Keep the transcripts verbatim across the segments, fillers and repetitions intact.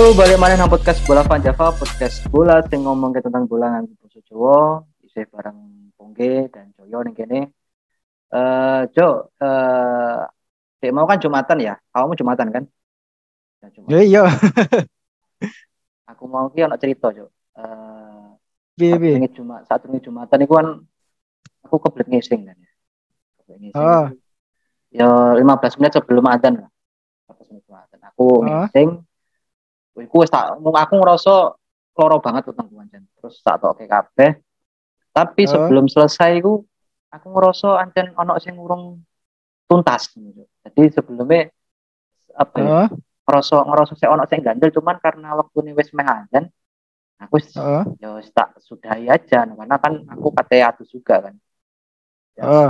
balik maneh nang podcast Bola Van Java, podcast bola sing ngomong tentang bola nganggo basa Jawa, isih bareng Pongge dan Joyo ning kene. Eh, Jo, eh Dek mau kan Jumatan ya? Kamu Jumatan kan? Ya, Ya Jumatan. iya. Aku mau ki ana cerita, Jo. Eh, Piye saat piye? durunge Jumat, saat durunge Jumatan iku kan aku kebelet ngising kan ya. Kebelet ngising iku Oh, ya lima belas menit sebelum adzan lah. lima belas menit sebelum adzan. Aku oh, ngising, iku wis tak aku ngerasa loro banget utang pancen. Terus tak tokke kabeh. Tapi oh, sebelum selesai iku aku ngerasa ancen ono sing urung tuntas gitu. Jadi sebelumnya apa ya? oh, Ngerasa ngerasa sik ono sing ganjel cuman karena waktune wis meh adzan, aku wis oh, ya wis tak sudahi aja karena kan aku kate adus juga kan. Ya oh,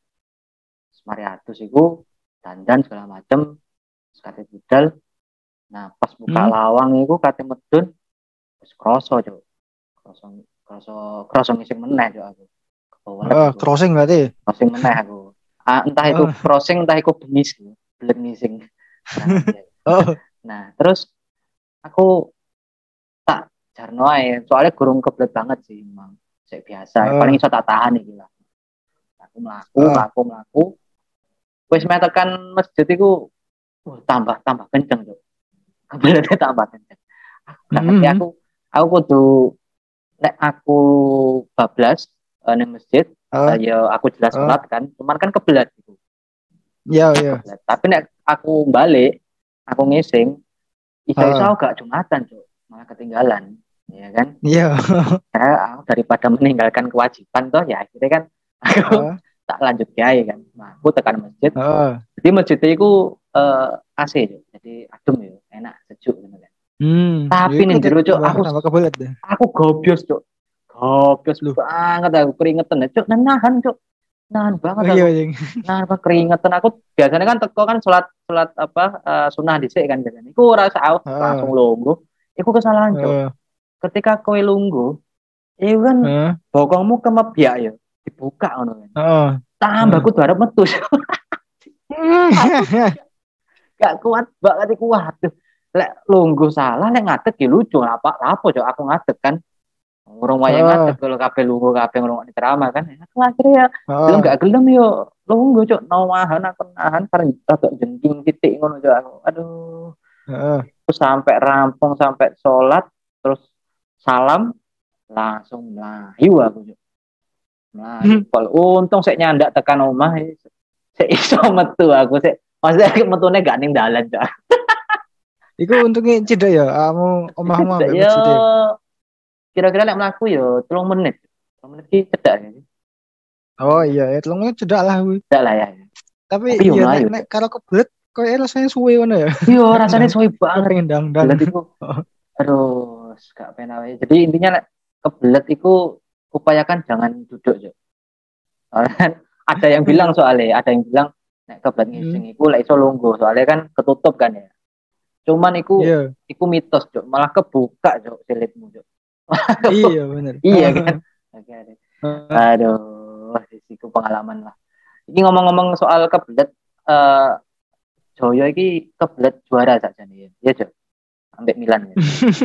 mari adus iku dandan segala macem kate budal. Nah, pas buka hmm, lawang iku kate medun wis krasa, Cuk. Krasa krasa krasa ngising meneh, Cuk aku. Kebelet oh, aku. crossing berarti. Crossing meneh aku. Ah, entah itu Oh, crossing entah itu bengis gitu. Belet ngising. Nah, oh, nah, terus aku tak jarno ae. Soalnya gurung kebelet banget sih emang. Sik biasa, paling oh, iso tak tahan iki lah. Aku mlaku, oh, mlaku, mlaku. Wis meh tekan masjid iku wah, tambah tambah kenceng, Cuk. Kebelete tambah kenceng. Aku gak ngerti hmm, aku aku kudu nek aku bablas uh, ning masjid, uh, oh, ya aku jelas oh, sholat kan, cuman kan kebelet gitu. iya iya, Kebelet. Tapi nek aku balik, aku ngising, iso-iso oh, aku gak Jumatan, Cuk. Malah ketinggalan, ya kan? iya, Karena aku daripada meninggalkan kewajiban toh ya akhirnya kan aku oh, tak lanjut gaya kan. Nah, aku tekan masjid. oh, Jadi masjid itu uh, A C, Cuk. Jadi adem ya, enak, sejuk gitu kan. hmm, ya Tapi iku nih tuh jero, Cuk, tambah aku tambah kebelet deh. aku gobios, Cuk. Gobios Loh, banget aku keringetan, Cuk. Nah, nahan, Cuk. Nahan banget oh iya aku. jeng, Nah, apa keringetan aku biasanya kan teko kan sholat sholat apa uh, sunnah dhisik kan biasanya. Iku rasa aku langsung oh, lungguh. Iku kesalahan, Cuk. oh, Ketika kowe lungguh, iku kan oh, bokongmu kemebyak ya, dibuka ngono kan. oh, Tambah oh. aku arep metu. Aku gak kuat banget iku waduh. Lek lungguh salah lek ngadeg ya lucu apa apa Cuk aku ngadeg kan. Ngurung wayang ngadeg oh, kalau kabeh lungguh kabeh ngrungokne drama kan. Aku akhirnya ya gelem oh, gak gelem yo lungguh Cuk nawahan aku nahan karena rada jengking titik ngono Cuk aku. Aduh. oh, Terus sampai rampung sampai sholat terus salam langsung melayu aku Cuk. Melayu. Kalau untung saya nyandak tekan omah saya iso metu aku sih. Maksudnya metune gak ning dalan Cuk. iku untungnya cedek ya, kamu omahmu ambek Yo masjid. kira-kira nek mlaku yo telung menit. Telung menit ki cedak ya. Oh iya, ya telung menit cedek lah. Cedak lah ya. Tapi Tapi yo iya nek melayu. nek kalau kebelet kok rasanya suwe mana ya. Yo rasanya Dang, suwe kok banget. pengen dangdang. Kebelet iku Oh, aduh gak penak wae. Jadi intinya nek kebelet iku upayakan jangan duduk yo. Soalnya kan ada yang bilang soalnya, ada yang bilang nek kebelet hmm, ngising iku lek iso lungguh soalnya kan ketutup kan ya. Cuman iku iya, iku mitos, Cuk. Malah kebuka, Cuk, silitmu, Cuk. iya bener. Iya kan? Oke, oke. Aduh, risiko pengalaman lah. Ini ngomong-ngomong soal kebelet, eh Joyo ini kebelet juara saja nih. Iya, Cuk. Sampai Milan ya.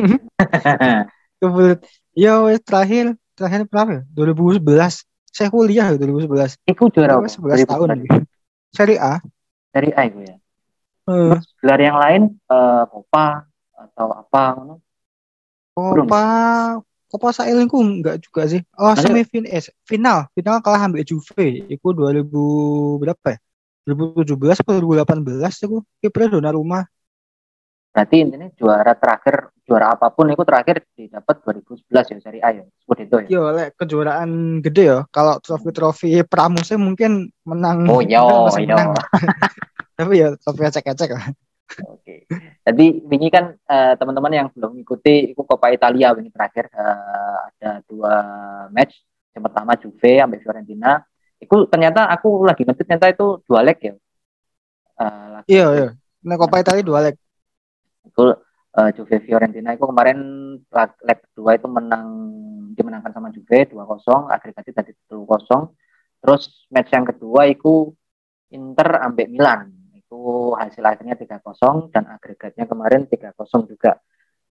Kebelet. Iya, wes terakhir terakhir berapa ya? dua ribu sebelas. Saya kuliah ya dua ribu sebelas. Iku juara Itu apa? sebelas tahun. dua ribu sebelas. Seri A. Dari A itu ya. Eh, Terus gelar yang lain eh Copa atau apa ngono? Burung Copa ya. Copa Sailingku enggak juga sih. Oh, Maksudnya semifinal eh, final. Final kalah ambil Juve. Itu dua ribu berapa ya? dua ribu tujuh belas atau dua ribu delapan belas itu kipernya Donnarumma. berarti intinya juara terakhir juara apapun itu terakhir didapat dua ribu sebelas ya seri A ya. Seperti itu ya. Yo, lek kejuaraan gede ya. Kalau trofi-trofi pramusim mungkin menang, Oh, mungkin yo, masih menang. yo. Tapi ya trofi ecek-ecek lah. Oke. Jadi ini kan eh, teman-teman yang belum ikuti itu Coppa Italia ini terakhir eh, ada dua match. Yang pertama Juve sampai Fiorentina. Itu ternyata aku lagi ngetit ternyata itu dua leg ya. Eh, lagi Iya, ngetit iya. Nah, Coppa Italia dua leg. itu eh, Juve Fiorentina itu kemarin leg, leg kedua itu menang dimenangkan sama Juve dua kosong, agregatnya tadi dua kosong. Terus match yang kedua itu Inter ambek Milan itu hasil akhirnya tiga kosong dan agregatnya kemarin tiga kosong juga.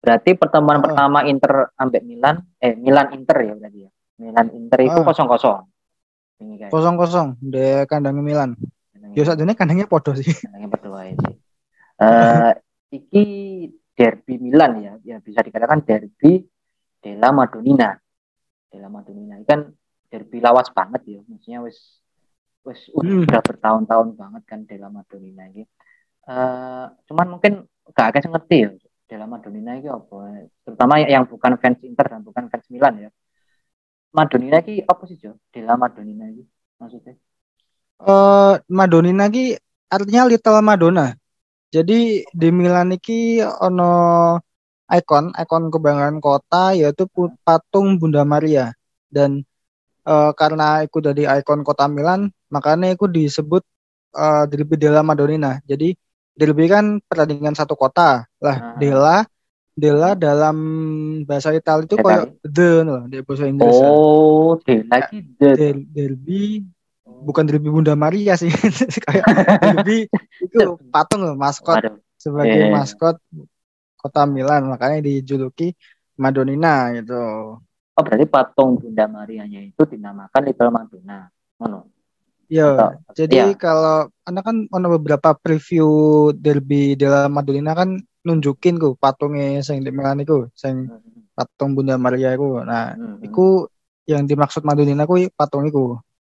Berarti pertemuan Heeh. pertama Inter ambek Milan, eh Milan Inter ya berarti ya. Milan Inter itu Heeh. kosong kosong. Ini guys. Kosong kosong di kandang Milan. Ya Milan. sakjane kandangnya podo sih. Kandangnya berdua sih. Eh iki derby Milan ya, ya bisa dikatakan derby della Madonnina. Della Madonnina ini kan derby lawas banget ya, maksudnya wis wis Hmm. udah bertahun-tahun banget kan Della Madonnina ini. Uh, cuman mungkin gak akan ngerti ya Della Madonnina ini apa, terutama yang bukan fans Inter dan bukan fans Milan ya. Madonnina ini apa sih Jo? Della Madonnina ini maksudnya? Uh, Madonnina ki artinya Little Madonna. Jadi di Milan iki ono ikon, ikon kebanggaan kota yaitu patung Bunda Maria. Dan uh, karena itu dari ikon kota Milan, makanya itu disebut uh, Derby della Madonnina. Jadi derby kan pertandingan satu kota. Lah, Uh, della della uh, dalam bahasa Italia itu kayak Itali. the loh di bahasa Inggris. Oh, Della Ya, lagi the. der- derby bukan derby Bunda Maria sih. Kayak derby itu patung loh, maskot Waduh. sebagai Eh. maskot kota Milan, makanya dijuluki Madonnina gitu. Oh, berarti patung Bunda Marianya itu dinamakan Little Madonna. Mono. Ya, Atau jadi ya. kalau Anda kan ada beberapa preview derby della Madonnina kan nunjukin ku patungnya sing di Milan itu, sing Hmm. patung Bunda Maria itu. Nah, Hmm. itu yang dimaksud Madonnina ku patung itu.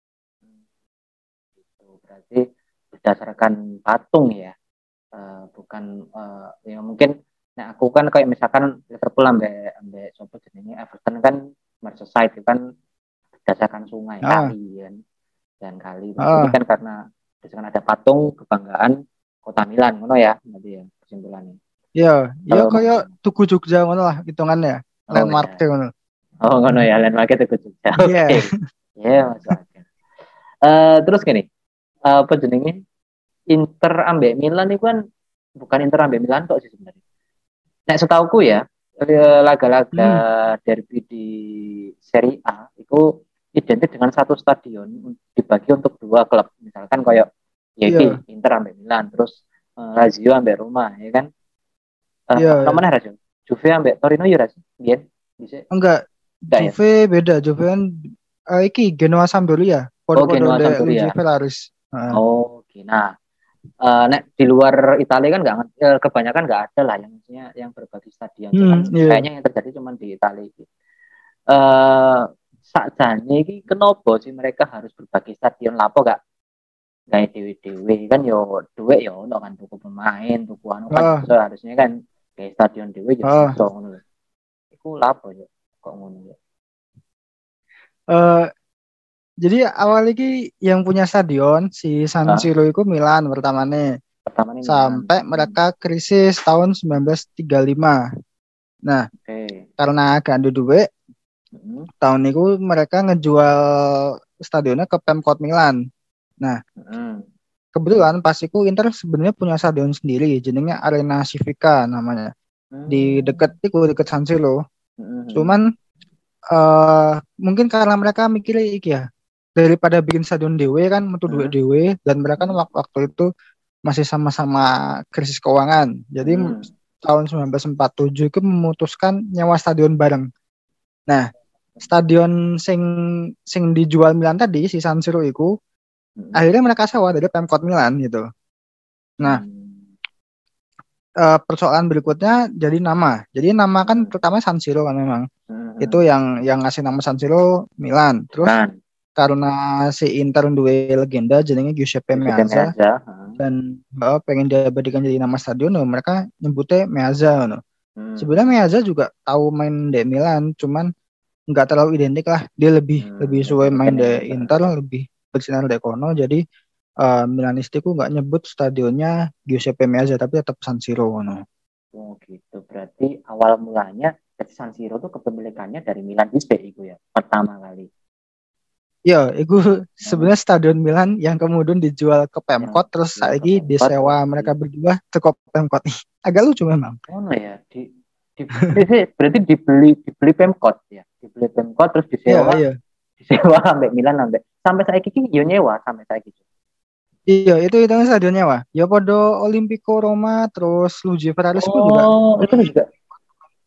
Berarti berdasarkan patung ya, uh, bukan uh, ya mungkin. Nah aku kan kayak misalkan Liverpool ambek ambek sopo jenenge Everton kan Merseyside itu kan berdasarkan sungai Ah, kali kan dan kali. Nah ini ah, kan karena berdasarkan ada patung kebanggaan kota Milan, ngono ya, berarti ya kesimpulannya. ya, ya Kalau kayak Tugu Jogja ngono lah hitungannya, oh landmark ya, ngono. oh ngono ya, landmark itu Jogja. Iya. Oke, ya masuk akal. Uh, terus gini, uh, apa jenenge Inter ambek Milan itu kan bukan Inter ambek Milan kok sih sebenarnya. Nek setauku ya, laga-laga Hmm, derby di Serie A itu identik dengan satu stadion dibagi untuk dua klub. Misalkan kayak ya iya, Inter ambek Milan, terus uh, Lazio ambek Roma, ya kan? iya, Uh, iya. mana Lazio? Juve ambek Torino ya Lazio. Biyen bisa Enggak, enggak ya? Juve beda. Juve kan eh, iki Genoa Sampdoria, Oh, podo-podo Genoa ndek Luigi Sampdoria. Ferraris. Heeh. Oh, oke. Nah, uh, nek di luar Italia kan nggak uh, kebanyakan nggak ada lah yang maksudnya yang berbagi stadion. Hmm, Cuman iya. kayaknya yang terjadi cuma di Italia. Eh sakjane iki kenapa sih mereka harus berbagi stadion lapo gak gawe dewe-dewe kan yo duit yo ono kan tuku pemain, tuku anu kan Heeh, iso harusnya kan gawe stadion dewe yo heeh. iso ngono lho. Iku lapo yo kok ngono ya. Eh, jadi awal iki yang punya stadion si San Ah, Siro itu Milan pertamane pertama nih Milan. sampai Hmm, mereka krisis tahun seribu sembilan ratus tiga puluh lima. Nah, oke. karena gak ada duit, Hmm, tahun itu mereka ngejual stadionnya ke Pemkot Milan. Nah, hmm, kebetulan pas itu Inter sebenarnya punya stadion sendiri, jenengnya Arena Civica namanya. Di hmm, deket itu deket San Siro. hmm, hmm, Cuman eh mungkin karena mereka mikirnya iki ya, daripada bikin stadion dewe kan metu duit hmm, dewe dan mereka kan hmm, waktu, waktu itu masih sama-sama krisis keuangan. Jadi m- hmm, tahun seribu sembilan ratus empat puluh tujuh itu memutuskan nyewa stadion bareng. Nah, stadion sing sing dijual Milan tadi si San Siro itu hmm, akhirnya mereka sewa dari Pemkot Milan gitu. Nah, hmm, eh, persoalan berikutnya jadi nama. Jadi nama kan hmm, pertama San Siro kan memang. hmm, Itu hmm. yang yang ngasih nama San Siro Milan. Terus Kan karena si Inter duwe legenda jenenge Giuseppe Giuseppe Meazza Meazza. Hmm, dan uh, pengen diabadikan jadi nama stadion no, mereka nyebutnya Meazza no. Sebenarnya hmm, Meazza juga tahu main di Milan cuman nggak terlalu identik lah, dia lebih lebih hmm, lebih suka main ngerti di Inter. Inter, lebih bersinar di kono, jadi uh, Milanistiku nggak nyebut stadionnya Giuseppe Meazza tapi tetap San Siro no. Oh gitu. Berarti awal mulanya San Siro tuh kepemilikannya dari Milan Juve itu ya pertama kali. Ya, itu Hmm, sebenarnya stadion Milan yang kemudian dijual ke yang Pemkot terus jual ke saiki Pemkot terus disewa di mereka berdua ke Pemkot. Agak lucu memang. oh no ya di, di berarti berarti dibeli dibeli Pemkot ya dibeli Pemkot terus Iya, disewa iya. disewa sampai Milan sampai sampai saya kiki yo nyewa sampai saya gitu. Iya, itu hitungan stadionnya wah. Ya podo Olimpico Roma terus Luigi Ferraris pun juga. Oh itu juga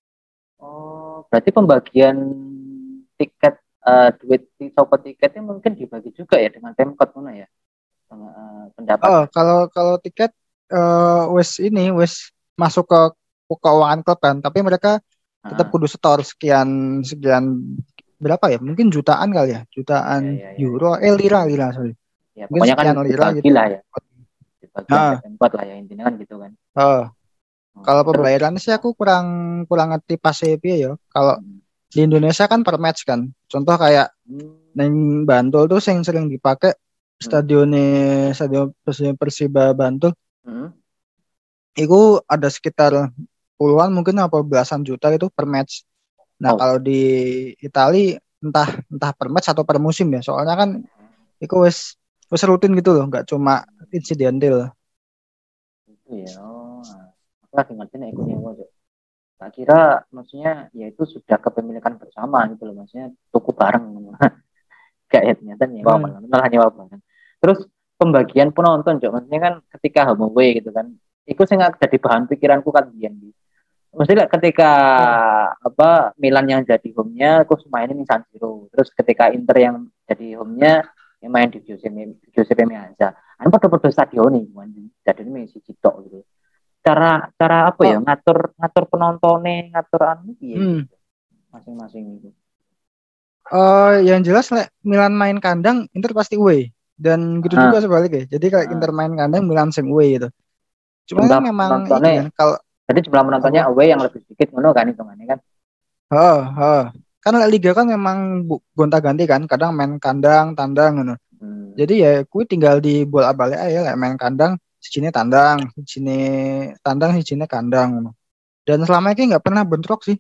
berarti pembagian tiket uh, duit di toko tiketnya mungkin dibagi juga ya dengan Pemkot mana ya? Uh, pendapat. Oh, kalau kalau tiket uh, wes ini wes masuk ke keuangan klub kan, tapi mereka tetap Uh, kudu setor sekian sekian berapa ya? Mungkin jutaan kali ya, ya, jutaan ya, ya, ya. euro, eh lira lira sorry. Ya, Mungkin pokoknya kan sekian lira dibagi gitu. lah ya. Dibagi sampai Nah, Pemkot lah ya intinya kan gitu kan. oh, kalau Hmm, terus pembayaran sih aku kurang kurang ngerti pas piye ya. Kalau hmm, di Indonesia kan per match kan. Contoh kayak hmm, neng Bantul tuh yang sering dipakai hmm, stadionnya stadion Persi- Persiba Bantul. hmm. Itu ada sekitar puluhan mungkin apa belasan juta itu per match. Nah Oh, kalau di Itali entah entah per match atau per musim ya. Soalnya kan itu wes wes rutin gitu loh, nggak cuma insidental. itu ya. Oh, nah. Aku lagi ngerti nih ikut nyewa. Tak kira maksudnya ya itu sudah kepemilikan bersama gitu loh, maksudnya tuku bareng. Gak ya ternyata nyewa Hmm. malah malah nyewa bareng. Terus pembagian penonton Jok, maksudnya kan ketika home away gitu kan, itu sih nggak jadi bahan pikiranku kan biyen. Maksudnya ketika Oh. apa Milan yang jadi home-nya aku mainin di San Siro. Terus ketika Inter yang jadi home-nya yang main di Giuseppe Giuseppe Meazza. Anu padha-padha stadion nih, jadi ini masih citok gitu. Cara cara apa ya Oh. ngatur ngatur penontonnya, ngatur anu piye Hmm. gitu. Masing-masing gitu. Eh, yang jelas like, Milan main kandang, Inter pasti away. Dan gitu juga Ah, sebaliknya. Jadi kayak Inter ah. main kandang, Milan same away gitu. Cuma kan Jumlah memang ini penontonnya kan kalau jadi jumlah penontonnya apa? away yang lebih sedikit ngono kan hitungannya kan. Oh, oh. Kan La Liga kan memang bu- gonta-ganti kan, kadang main kandang, tandang gitu. Hmm. Jadi ya kui tinggal di bola balik aja lah main kandang, si sini tandang, si sini tandang, si sini kandang gitu. Dan selama ini nggak pernah bentrok sih.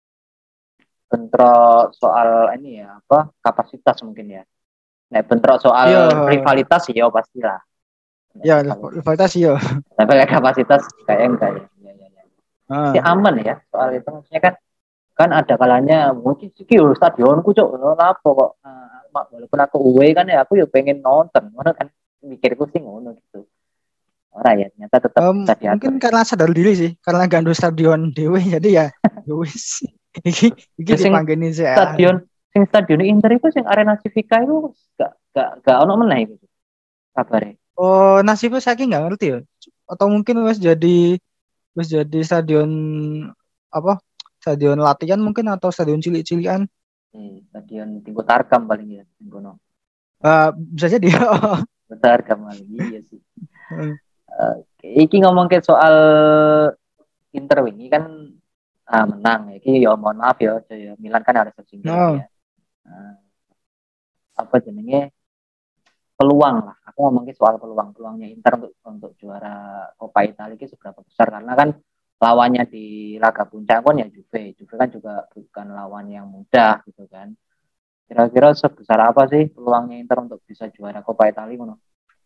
Bentrok soal ini ya apa kapasitas mungkin ya. Nah, bentrok Iya, soal oh. rivalitas ya pastilah. Ya Rivalitas. rivalitas iya. Tapi kapasitas kayak enggak ya. Ya, ya, ya. Ini Ah. aman ya soal itu maksudnya kan kan ada kalanya mungkin sih stadionku cok apa kok uh, walaupun aku away kan ya aku ya pengen nonton ngono kan mikirku sih ngono gitu. Ora ya ternyata tetap Em, bisa mungkin diatur ya. karena sadar diri sih, karena gandu stadion dewe jadi ya, ya wis. Iki iki Ya, sing dipanggilin sih. stadion sing stadion Inter itu sing Arena Civica itu gak gak gak ono meneh itu kabare. Oh, nasibnya saya nggak ngerti ya. Atau mungkin wes jadi wes jadi stadion apa? Stadion latihan mungkin atau stadion cilik-cilikan. Hmm, stadion Tinggo Tarkam paling ya Tinggono. Eh, bisa jadi. Tarkam paling iya sih. Oke, iki ngomong ke soal Inter ini kan ah, menang. Iki ya mohon maaf ya, ya Milan kan harus tersingkir lah No. ya. Nah, apa jenenge peluang lah. Aku ngomongin soal peluang peluangnya Inter untuk untuk juara Coppa Italia itu seberapa besar karena kan lawannya di laga puncak kan ya Juve. Juve kan juga bukan lawan yang mudah gitu kan. Kira-kira sebesar apa sih peluangnya Inter untuk bisa juara Coppa Italia ngono?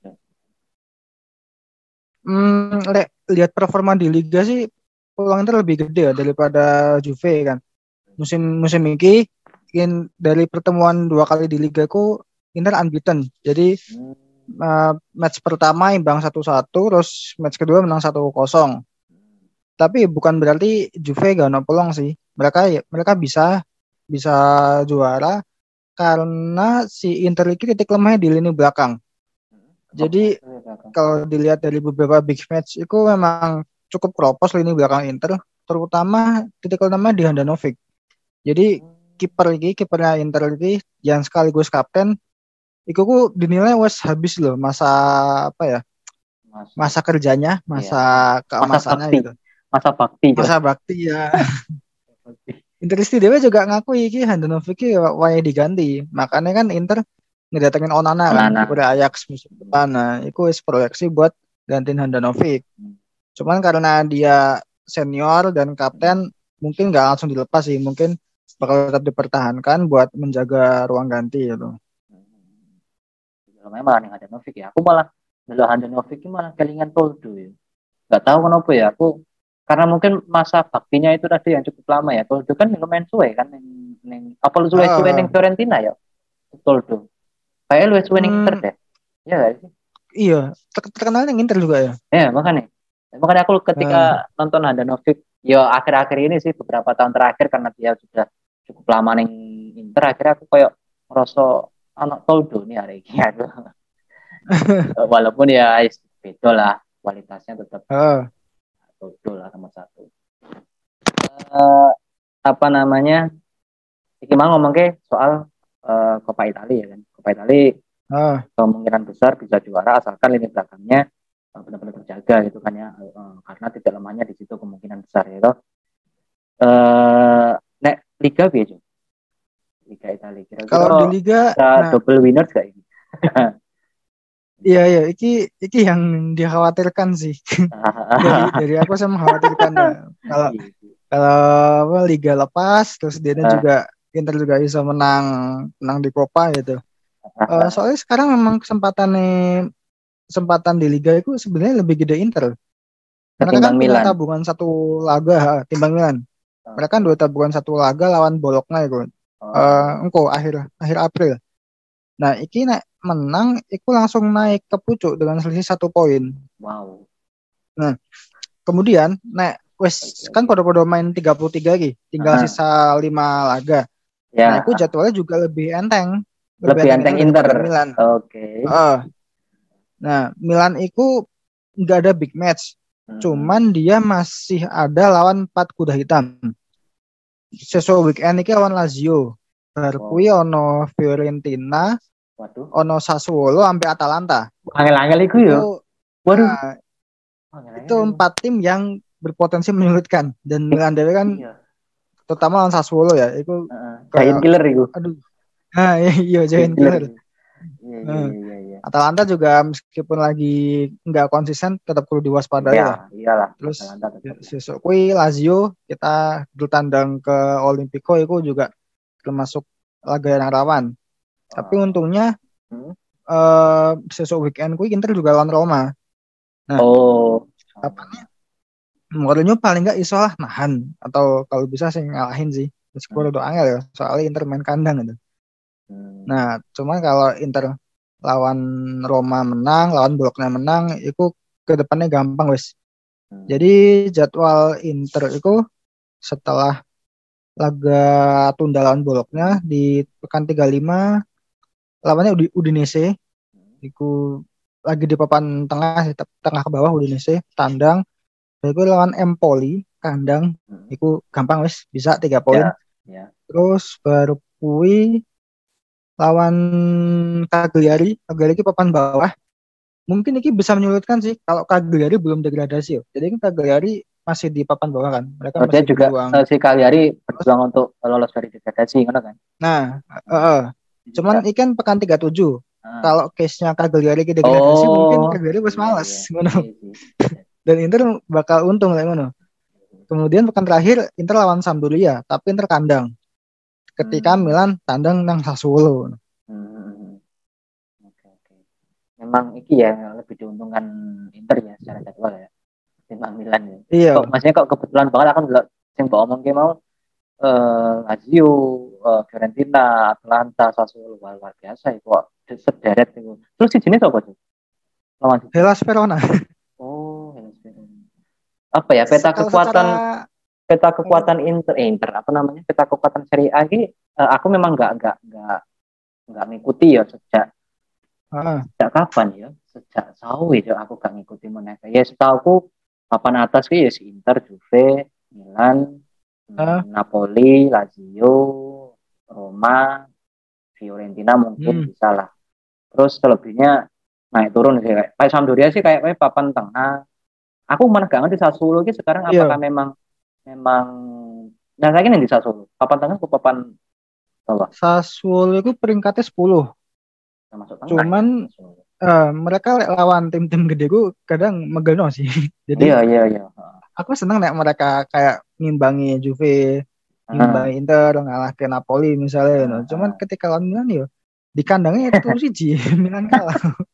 Hmm, le- lihat performa di liga sih peluang Inter lebih gede ya daripada Juve kan. Musim musim ini in, dari pertemuan dua kali di liga ku Inter unbeaten. Jadi Hmm. uh, match pertama imbang satu satu, terus match kedua menang satu kosong. Tapi bukan berarti Juve gak ada peluang sih. Mereka ya, mereka bisa bisa juara karena si Inter ini titik lemahnya di lini belakang. Jadi kalau dilihat dari beberapa big match itu memang cukup kropos lini belakang Inter, terutama titik lemah di Handanovic. Jadi kiper ini kipernya Inter ini yang sekaligus kapten itu ku dinilai wes habis loh masa apa ya Masa, masa kerjanya ya, masa masa keemasannya bakti, gitu masa bakti masa bakti ya. Inter Dewa juga ngaku iki Handanovic iki wae diganti makanya kan Inter ngedatengin Onana kan Onana. kiper Ajax musim depan. Nah itu wes proyeksi buat gantiin Handanovic, cuman karena dia senior dan kapten mungkin nggak langsung dilepas sih, mungkin bakal tetap dipertahankan buat menjaga ruang ganti gitu. Namanya malah yang Handanovic ya. Aku malah kalau Handanovic malah kelingan Toldo ya. Gak tahu kenapa ya. Aku karena mungkin masa baktinya itu tadi yang cukup lama ya. Toldo kan lumayan suwe kan neng, neng apa lu suwe-suwe neng Oh, Fiorentina ya. Toldo. Kayak lu suwe neng Inter hmm, deh. Iya gak sih? iya ter- terkenal yang Inter juga ya. Ya makanya. Makanya aku ketika Nah, nonton Handanovic Yo akhir-akhir ini sih beberapa tahun terakhir karena dia sudah cukup lama ning Inter akhirnya aku kayak ngerasa anak toldo nih hari ini aduh. Walaupun ya is- beda lah kualitasnya tetap Heeh. toldo lah nomor satu. Eh, apa namanya? Iki mau ngomong ke soal eh, Coppa Italia ya kan. Coppa Italia Heeh. kemungkinan besar bisa juara asalkan lini belakangnya eh, benar-benar terjaga gitu kan ya. Eh, karena tidak lemahnya di situ kemungkinan besar ya. Eh, nek Liga biasa Liga Italia Kalau di kira-kira liga, bisa nah double winners gak ini? iya iya iki iki yang dikhawatirkan sih. dari dari aku sama mengkhawatirkan ya. Kalau kalau apa, liga lepas terus dia juga Inter juga bisa menang menang di Copa gitu. Eh, soalnya sekarang memang kesempatan nih kesempatan di liga itu sebenarnya lebih gede Inter. Mereka kan Ketimbang punya Milan. tabungan satu laga ha, timbang Milan. Mereka kan dua Oke. tabungan satu laga lawan Bologna itu. Eh, Oh, engko akhir akhir April. Nah, iki nek menang, iku langsung naik ke pucuk dengan selisih satu poin. wow. Nah, kemudian nek wes Oke, kan oke. pada-pada main tiga puluh tiga lagi, tinggal Ah, sisa lima laga. Nah, ya, itu jadwalnya juga lebih enteng, lebih lebih enteng enteng Inter Inter. daripada Milan. Oke. Heeh. Nah, Milan itu nggak ada big match, Hmm. cuman dia masih ada lawan empat kuda hitam. Sesuai weekend ini lawan Lazio. Baru kuwi Wow. ono Fiorentina, Waduh. ono Sassuolo sampai Atalanta. Angel-angel itu Itu ya. Waduh. nah, itu Angel-angel itu. empat tim yang berpotensi menyulitkan dan Eh, Milan Dewi kan iya. terutama lawan Sassuolo ya itu Heeh. Giant kayak killer itu. aduh nah iya Giant Giant killer Killer. itu. Iya, iya, Nah, iya, iya, iya. Atalanta juga meskipun lagi nggak konsisten tetap perlu diwaspadai Iya, lah. iyalah. Terus Atalanta tetap lah. sesuk kui Lazio kita dulu tandang ke Olimpico itu juga termasuk laga yang rawan. Tapi Oh. untungnya Hmm. eh sesuk weekend kui Inter juga lawan Roma. Nah, Oh. apa Mourinho paling nggak iso lah nahan atau kalau bisa sih ngalahin sih meskipun Hmm. udah angel ya soalnya Inter main kandang gitu. Nah, Hmm. cuman kalau Inter lawan Roma menang, lawan Bologna menang, itu ke depannya gampang wes. Hmm. Jadi jadwal Inter itu setelah laga tunda lawan Bologna Hmm. di pekan tiga puluh lima lawannya Udi- Udinese, itu lagi di papan tengah, tengah ke bawah Udinese, tandang. Itu lawan Empoli, kandang, Hmm. itu gampang wes, bisa tiga poin. Ya, ya. Terus baru kui lawan Cagliari, Cagliari itu papan bawah. Mungkin ini bisa menyulitkan sih kalau Cagliari belum degradasi. Ya. Jadi kan Cagliari masih di papan bawah kan. Mereka Oh, dia masih juga berjuang. eh, si Cagliari Terus, berjuang untuk lolos dari degradasi, kan kan? nah, eh, Hmm. eh. Dia cuman juga. ikan pekan tiga puluh tujuh. Ah. Kalau case-nya Cagliari ke degradasi mungkin Oh, Cagliari bos iya, malas iya, ngono. iya sih. Dan Inter bakal untung kayak ngono. Kemudian pekan terakhir Inter lawan Sampdoria, tapi Inter kandang. Ketika Hmm. Milan tandang nang Sassuolo. Hmm. Hmm, hmm. Oke, oke. Memang iki ya lebih diuntungkan Inter ya secara jadwal ya. Timbang Milan ya. Kok Iya, maksudnya kok kebetulan banget aku nggak sing mbok omong mau eh Lazio, eh, Fiorentina, Atalanta, Sassuolo luar, luar biasa itu kok sederet itu. Terus si jenis apa tuh? Lawan si jenis. Hellas Verona. Oh, Hellas Verona. Apa ya peta Kalau secara kekuatan peta kekuatan Inter, eh, Inter apa namanya peta kekuatan Serie A ini eh, aku memang nggak nggak nggak nggak ngikuti ya sejak uh, sejak kapan ya sejak sawi ya aku gak ngikuti mana ya setahu aku papan atas ki ya si Inter, Juve, Milan, uh, hmm, Napoli, Lazio, Roma, Fiorentina mungkin hmm, bisa lah. Terus selebihnya naik turun sih kayak, kayak Sampdoria sih kayak, kayak papan tengah. Aku mana gak ngerti Sassuolo ini sekarang apakah iya. memang memang nah saya ini di Sassuolo papan tengah atau papan bawah Sassuolo itu peringkatnya sepuluh. termasuk tengah ya Cuman Sassuolo. eh, mereka lawan tim-tim gede gue kadang megano sih. Jadi Iya iya iya. aku seneng nih mereka kayak ngimbangi Juve, Ah, ngimbangi Inter, ngalah ke Napoli misalnya. You know. ah, Cuman ah. ketika lawan Milan ya di kandangnya itu sih Milan kalah.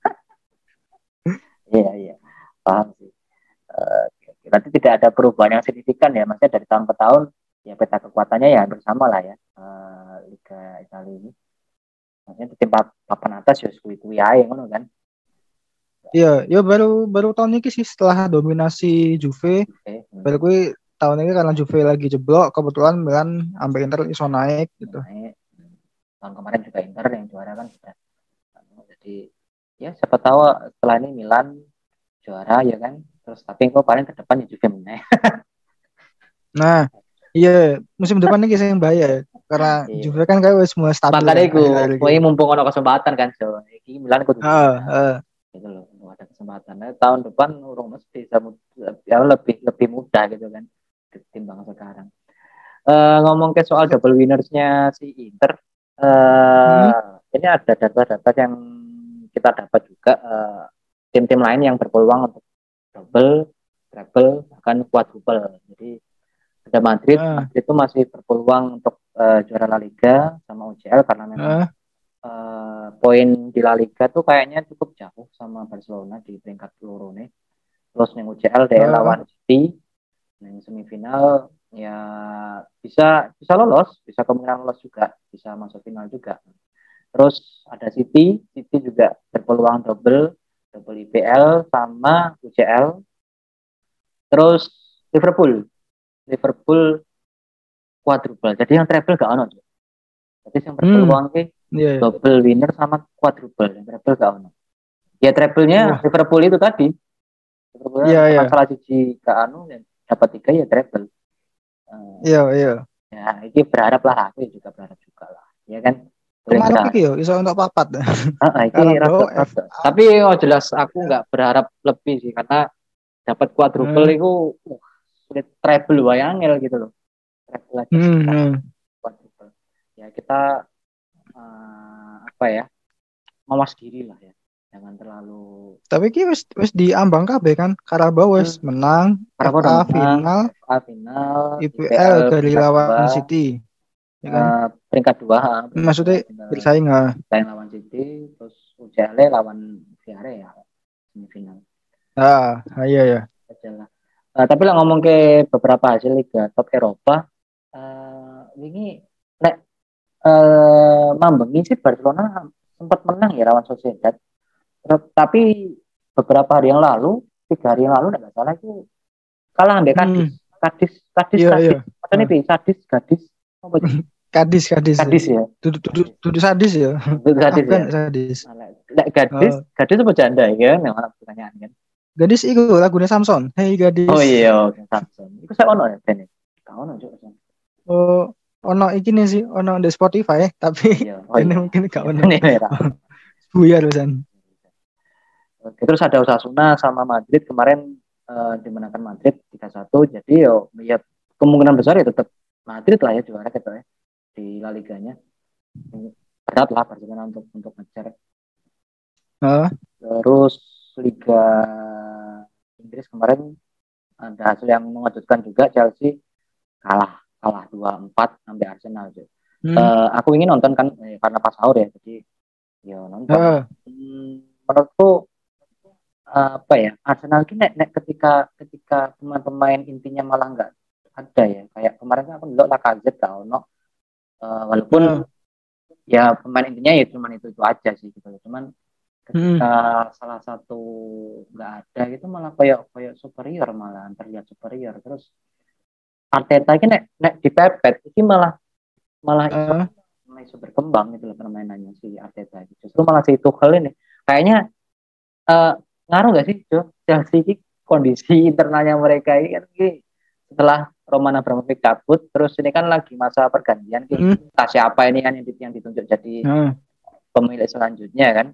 Iya iya paham sih. Eh, Berarti tidak ada perubahan yang signifikan ya, maksudnya dari tahun ke tahun ya peta kekuatannya ya bersama lah ya eh, Liga Italia ini. Maksudnya di tempat papan atas ya kui-kui aja ngono kan. Iya, ya baru baru tahun ini sih setelah dominasi Juve, Oke. baru Hmm. gue tahun ini karena Juve lagi jeblok, kebetulan Milan ambil Inter iso naik gitu. Naik. Tahun kemarin juga Inter yang juara kan sudah. Jadi ya siapa tahu setelah ini Milan juara ya kan. Terus tapi kok paling ke depan ya Juve menang. Nah, iya musim depan ini kisah yang bahaya karena Iya. Juve kan kayak wis mulai stabil Makanya kan iku, akhir-akhir kowe ini. mumpung ono kesempatan kan, so. Iki Milan kudu Heeh, juara. heeh. Gitu loh, kalau ada kesempatan. Nah, tahun depan urung mesti bisa ya lebih lebih mudah gitu kan ketimbang sekarang. Uh, ngomong ke soal double winnersnya si Inter, Hmm. uh, ini ada data-data yang kita dapat juga uh, tim-tim lain yang berpeluang untuk double, treble, bahkan quadruple. Jadi ada Madrid, Heeh, Madrid itu masih berpeluang untuk uh, juara La Liga sama U C L karena memang heeh. uh, poin di La Liga tuh kayaknya cukup jauh sama Barcelona di peringkat peluru nih. Terus yang U C L dia Heeh. lawan City, yang semifinal ya bisa bisa lolos, bisa kemungkinan lolos juga, bisa masuk final juga. Terus ada City, City juga berpeluang double, double I P L sama U C L. Terus Liverpool, Liverpool quadruple. Jadi yang treble gak ono. Jadi yang Hmm. berpeluang ke Iya. Iya. double winner sama quadruple. Yang treble gak ono. Ya treble-nya Wah, Liverpool itu tadi. Liverpool iya iya. misalkan salah siji ke anu yang dapat tiga ya treble. Uh, Iya iya. ya ini berharap lah, aku juga berharap juga lah. Ya kan? Boleh Kemarin iki berharap. yo iso untuk papat. Ah, ini Karabau rada, F rada. A. Tapi oh jelas aku nggak berharap lebih sih karena dapat quadruple Heeh. itu uh, sulit treble wayangel gitu loh. Treble aja Hmm. susah Hmm. quadruple. Ya kita uh, apa ya? Mawas diri lah ya. Jangan terlalu Tapi ki wis wis diambang kabeh kan. Karabau wis hmm, menang, para F A menang final, F A final, I P L I P L dari peringkat dua, lawan City, ya kan? uh, peringkat dua, ha, peringkat dua Maksudnya final bersaing ah. lain lawan City, terus U C L lawan Villarreal ya semifinal. Ah, ah, iya ya. Aja lah. Uh, tapi lah ngomong ke beberapa hasil liga top Eropa, uh, ini nek uh, mambengi sih Barcelona sempat menang ya lawan Sociedad. Tapi beberapa hari yang lalu, tiga hari yang lalu nggak salah itu kalah ambek Kadis. Hmm, Kadis, Kadis, iya iya. Kadis. Apa nih, Ah. Pi? Sadis, Gadis. Apa sih? Kadis, kadis. Kadis ya. Duduk, duduk, duduk sadis ya. Itu Kadis Afgan ya. sadis. Lek Gadis, Oh, Gadis apa janda ya? Yang mana pertanyaan kan? gadis itu lagunya Samson. Hey Oh gadis. iya, Samson. Itu saya ono ya, Ben. Kau ono juga. Oh, ono iki nih sih, ono di Spotify, tapi Oh iya, oh ini iya. mungkin gak Iya, ono. ini merah. Buyar pisan. Oke, terus ada Osasuna sama Madrid kemarin uh, dimenangkan Madrid tiga satu. Jadi yo ya kemungkinan besar ya tetap Madrid lah ya juara gitu ya di La Liganya. Berat lah Barcelona untuk untuk ngejar. Heeh. Terus Liga Inggris kemarin ada hasil yang mengejutkan juga, Chelsea kalah kalah dua empat sampai Arsenal. Hmm. Uh, aku ingin nonton kan eh, karena pas sahur ya, jadi ya nonton. Heeh. Hmm, menurutku uh, apa ya, Arsenal ini nek, nek ketika ketika pemain-pemain intinya malah nggak ada ya, kayak kemarin aku ndelok Lacazette tau no. Uh, walaupun Heeh. ya pemain intinya ya cuma itu itu aja sih gitu. Cuman Hmm. ketika salah satu nggak ada gitu malah kayak kayak superior, malah terlihat superior. Terus Arteta ini nek, nek dipepet ini malah malah iso Heeh. malah iso berkembang gitu loh permainannya si Arteta. Justru malah si Tuchel ini kayaknya uh, ngaruh nggak sih Jo Chelsea ini kondisi internalnya mereka ini kan ini setelah Roman Abramovich cabut, terus ini kan lagi masa pergantian ki. Hmm. Entah siapa ini kan yang, yang ditunjuk jadi Heeh. pemilik selanjutnya kan.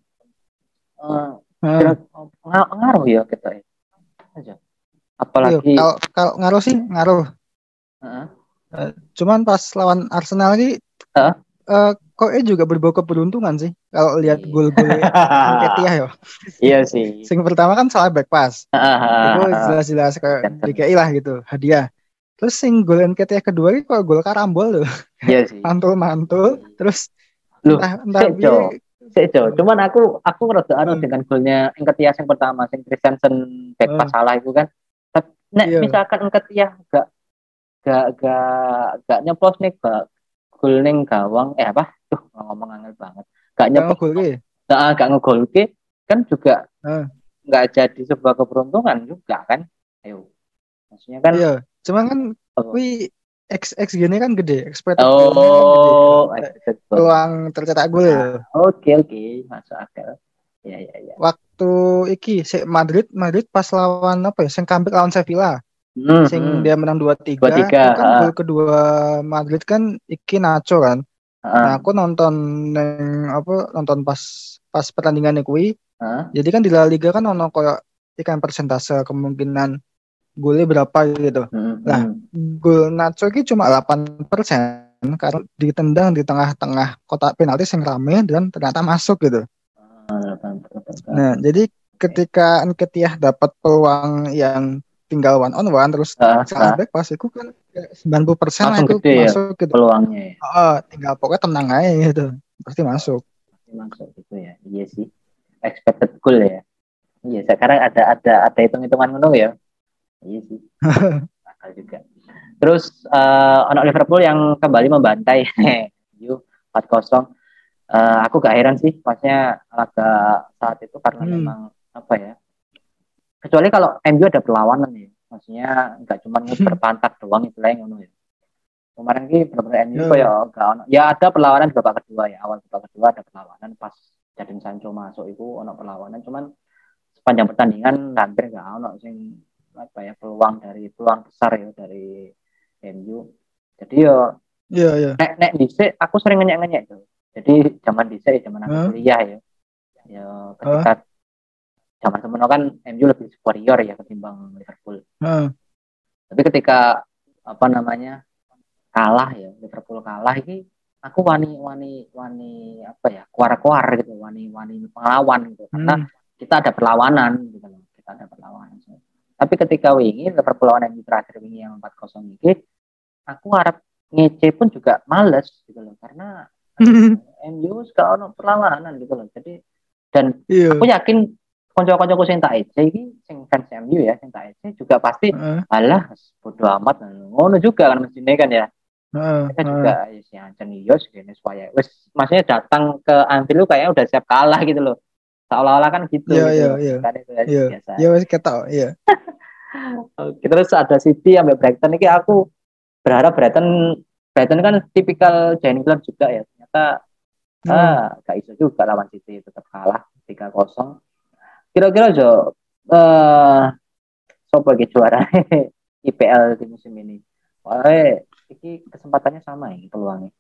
Uh, Heeh. ngaruh ya kita ya aja. Iya, Apalagi kalau kalau ngaruh sih ngaruh. uh, Eh, cuman pas lawan Arsenal ini uh, eh kok eh juga berbau keberuntungan sih kalau lihat gol-gol Nketiah ya. iya sih. Sing pertama kan salah back pass. Itu Uh, jelas-jelas kayak D K I lah gitu, hadiah. Terus sing gol Nketiah kedua ini kok gol karambol loh. iya sih. Mantul-mantul terus Loh, entah entah Sejo. piye. Sejo. Cuman aku aku ngerasa anu Eh, dengan golnya Nketiah yang pertama, sing Christensen back eh, pas salah itu kan. Tapi nek iya, misalkan Nketiah gak gak gak gak nyeplos nih gak gol ning gawang eh apa? Tuh ngomong angel banget. Gak gak nyeplos, ngegol ki. nah, gak ngegolke kan juga Eh, nggak jadi sebuah keberuntungan juga kan. Ayo. Maksudnya kan Iya, cuman kan oh, wi X X gini kan gede, expected goalnya kan gede. oh Eh, expected goal. Peluang tercetak Ah, gol. oke oke masuk akal. Ya ya ya. Waktu iki si Madrid Madrid pas lawan apa ya? Sing comeback lawan Sevilla. Hmm, Sing hmm. dia menang dua Dua tiga tiga. itu kan gol Ah, kedua Madrid kan iki Nacho kan. Nah, ah, aku nonton neng apa nonton pas pas pertandingan kuwi. ah. Jadi kan di La Liga kan ono koyo ikan persentase kemungkinan golnya berapa gitu. Hmm, Lah, hmm. gol Nacho ini cuma delapan persen karena ditendang di tengah-tengah kotak penalti yang rame dan ternyata masuk gitu. Ah, delapan puluh Nah, delapan. jadi Oke. ketika Nketiah dapat peluang yang tinggal one on one terus Ah, salah ah. back pas itu kan kayak sembilan puluh persen lah Langsung itu gede ya masuk gitu. peluangnya ya. Oh, tinggal pokoknya tenang aja gitu. Pasti Oh, masuk. pasti masuk gitu ya. Iya sih. Expected goal ya. Iya, sekarang ada ada ada hitung-hitungan ngono ya. Iya sih. Akal juga. Terus uh, anak Liverpool yang kembali membantai M U empat kosong. Uh, aku gak heran sih, maksudnya agak saat itu karena Hmm. memang apa ya? Kecuali kalau M U ada perlawanan ya, maksudnya nggak cuma nguber pantat doang itu lah yang ngono ya. Kemarin ini benar-benar M U Ya. kayak gak ono. Ya ada perlawanan di babak kedua ya, awal babak kedua ada perlawanan pas Jadon Sancho masuk itu ono perlawanan, cuman sepanjang pertandingan hampir nggak ono sing apa ya peluang dari peluang besar ya dari M U. Jadi yo Iya, iya. nek nek dhisik aku sering ngenyek-ngenyek tuh. Jadi zaman dhisik zaman aku Hah? kuliah ya. Ya Hah? ketika zaman semono kan M U lebih superior ya ketimbang Liverpool. Hah? Tapi ketika apa namanya kalah ya Liverpool kalah ini aku wani wani wani apa ya kuar-kuar gitu wani wani melawan gitu karena Hmm. kita ada perlawanan gitu loh kita ada perlawanan tapi ketika wingi Liverpool lawan M U terakhir wingi yang empat kosong ini aku harap ngece pun juga males gitu loh karena aduh M U sekarang perlawanan gitu loh jadi dan aku Iya. yakin konco-koncoku sing tak ece iki sing fans M U ya sing tak ece juga pasti Heeh. alah bodo amat ngono juga kan mestinya kan ya Heeh. mereka juga Heeh. ya si Ancan Yos gini supaya wes maksudnya datang ke Anfield lu kayaknya udah siap kalah gitu loh seolah-olah kan gitu Iya, gitu iya, loh iya. kan itu ya Iya. biasa Iya ya. wes ketok, iya. Oke, terus ada City sampai Brighton ini aku berharap Brighton Brighton kan tipikal giant killer juga ya ternyata Heeh. ah gak iso juga lawan City tetap kalah tiga kosong kira-kira Jo eh sopo lagi juara I P L di musim ini wah ini kesempatannya sama ya peluangnya.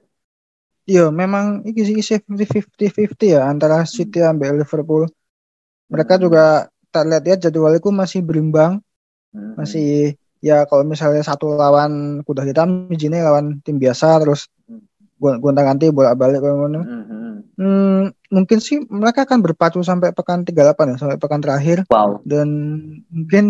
Iya, memang iki sih fifty fifty ya antara Hmm. City sampai Liverpool. Mereka juga Hmm. tak lihat ya jadwalku masih berimbang, masih Hmm. ya kalau misalnya satu lawan kuda hitam, izinnya lawan tim biasa terus Hmm. gonta-ganti bolak-balik kayak ngono. Hmm. Hmm, mungkin sih mereka akan berpacu sampai pekan tiga puluh delapan ya, sampai pekan terakhir Wow. dan mungkin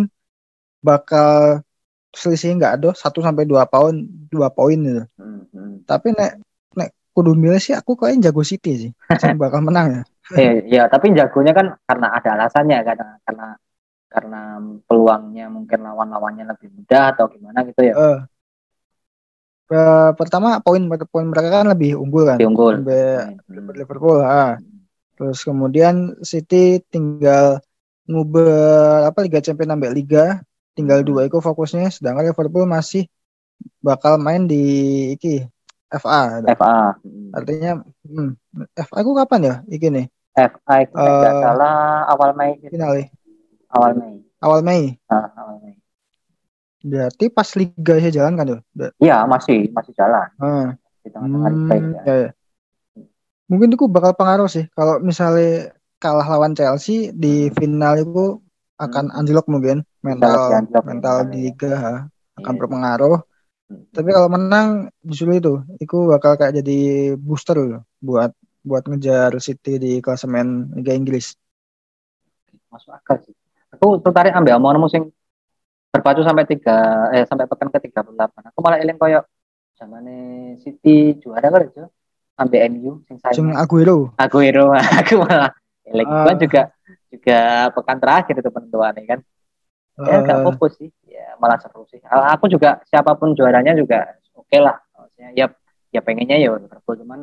bakal selisih nggak ada satu sampai dua poin, dua poin gitu. Hmm. Tapi nek nek kudu milih sih aku kayaknya jago City sih, sing bakal menang ya. Eh, ya, tapi jagonya kan karena ada alasannya, karena karena karena peluangnya mungkin lawan-lawannya lebih mudah atau gimana gitu ya. Eh, eh, pertama poin poin mereka kan lebih unggul kan Lebih unggul, sampai satu poin. Hmm. Liverpool. Ah. Terus kemudian City tinggal nguber apa Liga Champions sampai Liga, tinggal dua Hmm. itu fokusnya, sedangkan Liverpool masih bakal main di iki F A gitu. F A. Hmm. Artinya hmm, F A itu kapan ya iki nih? F A itu nek nggak Eh salah awal Mei gitu. final ya? Awal Mei. Awal Mei. Ah, awal Mei. Berarti pas liga saya jalan kan tuh. Ber- Iya, masih masih jalan Ah. di tengah-tengah liga itu Hmm, ya. ya, ya. Mungkin itu bakal pengaruh sih. Kalau misalnya kalah lawan Chelsea di Hmm. final itu akan Hmm. anjlok mungkin Bisa mental lebih anjlok ya mental di mentalnya ya. liga ha, akan Iya, iya. berpengaruh. Tapi Hmm. kalau menang justru itu, itu bakal kayak jadi booster loh buat buat ngejar City di klasemen Liga Inggris. Masuk akal sih. Aku tertarik ambil omonganmu sing berpacu sampai tiga eh sampai pekan ke tiga puluh delapan. Aku malah eling koyo zamane City juara kan itu ambil M U sing Sing saingan Aguero. Aguero aku malah eling itu kan juga Ah, juga pekan terakhir itu penentuannya kan ya gak eh, fokus sih ya malah seru sih aku juga siapapun juaranya juga oke okay lah maksudnya ya ya pengennya ya Liverpool cuman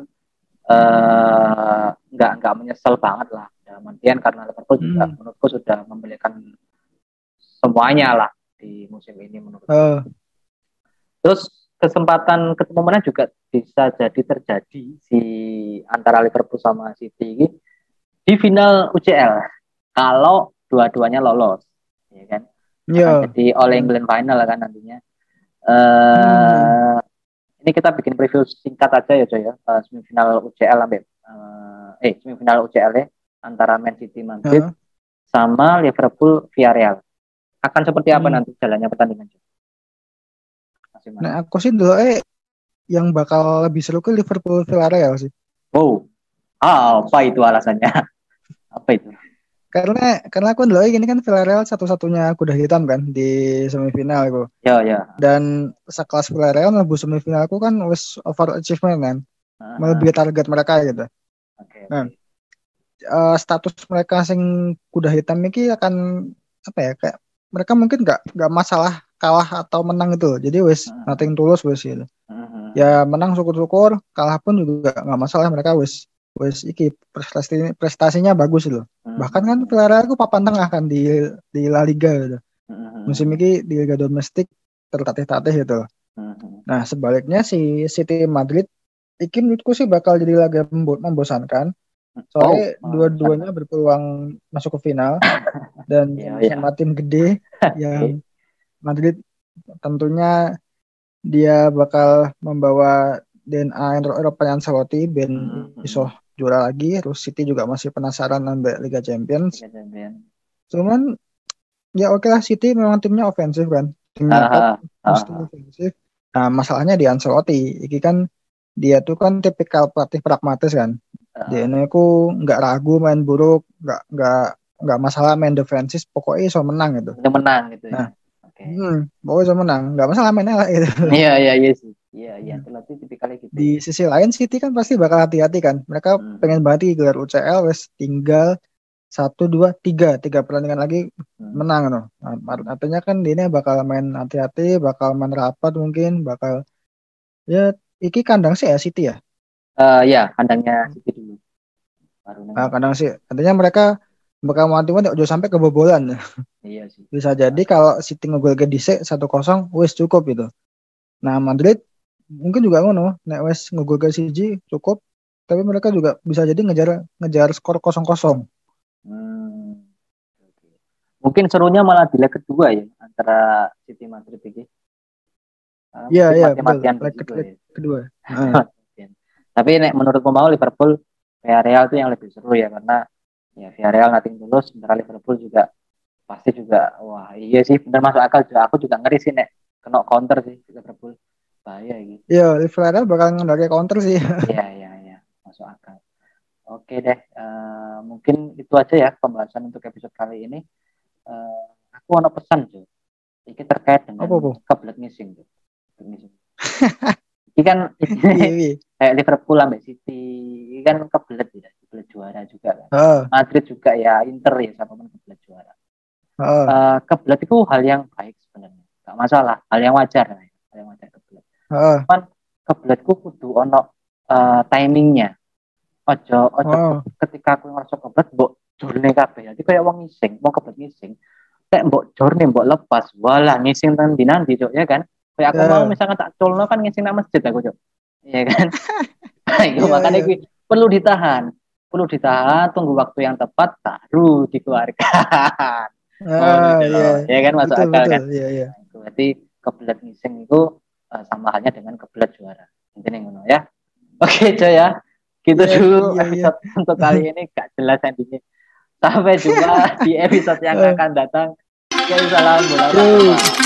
eh, nggak nggak menyesal banget lah dalam artian karena Liverpool juga hmm, menurutku sudah memberikan semuanya lah di di musim ini menurut. Oh. Terus kesempatan ketemu mana juga bisa jadi terjadi si antara Liverpool sama City ini di final U C L kalau dua-duanya lolos, ya kan? Akan Iya. jadi All Hmm. England final kan nantinya. Uh, Hmm. Ini kita bikin preview singkat aja ya Joy ya. Uh, semifinal U C L sampai uh, eh semifinal U C L ya antara Man City Madrid Uh. sama Liverpool Villarreal. Akan seperti apa Hmm. nanti jalannya pertandingan? Nah, aku sih dulu eh yang bakal lebih seru ke Liverpool Villarreal sih. Wow. Ah, apa itu alasannya? Apa itu? Karena karena aku dulu ini kan Villarreal satu-satunya kuda hitam kan di semifinal itu. Ya, ya. Dan sekelas Villarreal nebus semifinal aku kan wis over achievement kan. Uh-huh. Melebihi target mereka gitu. Okay, nah, okay. Uh, status mereka sing kuda hitam ini akan apa ya kayak mereka mungkin nggak nggak masalah kalah atau menang itu. Jadi wis uh-huh. nothing tulus wis gitu. Uh-huh. Ya menang syukur-syukur, kalah pun juga nggak masalah mereka wis wis iki prestasi prestasinya bagus loh. Uh-huh. Bahkan kan Villarreal itu papan tengah kan di di La Liga gitu. Uh-huh. Musim ini di Liga domestik tertatih-tatih gitu. Uh-huh. Nah, sebaliknya si City Madrid iki menurutku sih bakal jadi laga membosankan. Soalnya oh, dua-duanya berpeluang masuk ke final dan yeah, sama yeah. tim gede yang Madrid tentunya dia bakal membawa D N A Eropa yang Ancelotti ben mm-hmm. iso juara lagi. Terus City juga masih penasaran sampai Liga Champions. Liga Champions. Cuman ya oke lah City memang timnya ofensif kan, timnya Pep mesti ofensif. Nah masalahnya di Ancelotti, ini kan dia tuh kan tipikal pelatih pragmatis kan. Uh. Dia ini aku nggak ragu main buruk, nggak nggak nggak masalah main defensif, pokoknya iso menang gitu. Udah menang gitu. Nah, ya. Okay. hmm, pokoknya iso menang, nggak masalah mainnya lah gitu. Iya iya iya sih, iya iya pelatih tipikalnya gitu. Di sisi lain City kan pasti bakal hati-hati kan, mereka hmm. pengen banget gelar U C L, wes tinggal satu dua tiga tiga pertandingan lagi hmm. menang no. Nah, artinya kan dia bakal main hati-hati, bakal main rapat mungkin, bakal ya iki kandang sih ya City ya. Uh, ya kandangnya City dulu. Baru nah, kandang sih. Artinya mereka bakal mati-mati udah sampai kebobolan. Iya sih. Bisa jadi kalau City ngegol ke dhisik satu kosong wis cukup gitu. Nah, Madrid mungkin juga ngono, nek wis ngegol ke siji cukup, tapi mereka juga bisa jadi ngejar ngejar skor kosong kosong. Hmm. Mungkin serunya malah di leg kedua ya antara City Madrid ini. Iya iya mati-matian leg kedua. kedua. Tapi nek menurut mau Liverpool Villarreal itu yang lebih seru ya karena ya Villarreal nanti tulus, sementara Liverpool juga pasti juga wah iya sih benar masuk akal juga. Aku juga ngeri sih nek kena counter sih Liverpool. Bahaya gitu. Iya, Villarreal bakal ngendari counter sih. Iya iya iya, masuk akal. Oke deh, uh, mungkin itu aja ya pembahasan untuk episode kali ini. Uh, aku ada pesan tuh. Ini terkait dengan kebelet missing tuh. Ini kan kayak Liverpool sampai City, ini kan kebelet ya, kebelet juara juga kan. Uh. Madrid juga ya, Inter ya sama pun kebelet juara. Uh. Uh, kebelet itu hal yang baik sebenarnya, nggak masalah, hal yang wajar, hal yang wajar kebelet. Uh. Cuman kebeletku kudu ono uh, timingnya. Ojo, ojo oh. ketika aku ngerasa kebelet, mbok jurne kabeh. Jadi kayak wong ngising, mau kebelet ngising. Tek mbok jurne mbok lepas, walah ngising nanti nanti Cok, ya kan? Kayak aku yeah. mau misalkan tak colno kan ngising nang masjid aku Cok. Iya kan? Itu yeah, makanya yeah. perlu ditahan. Perlu ditahan, tunggu waktu yang tepat baru dikeluarkan. Ah, oh, gitu yeah. Ya kan masuk betul, akal betul. kan? Yeah, yeah. Nah, itu berarti kebelet ngising itu uh, sama halnya dengan kebelet juara. Intinya ngono ya. Oke Cok ya. Gitu yeah, dulu yeah, episode yeah. untuk kali ini gak jelas endingnya. Sampai jumpa di episode yang akan datang. Oke, salam bola.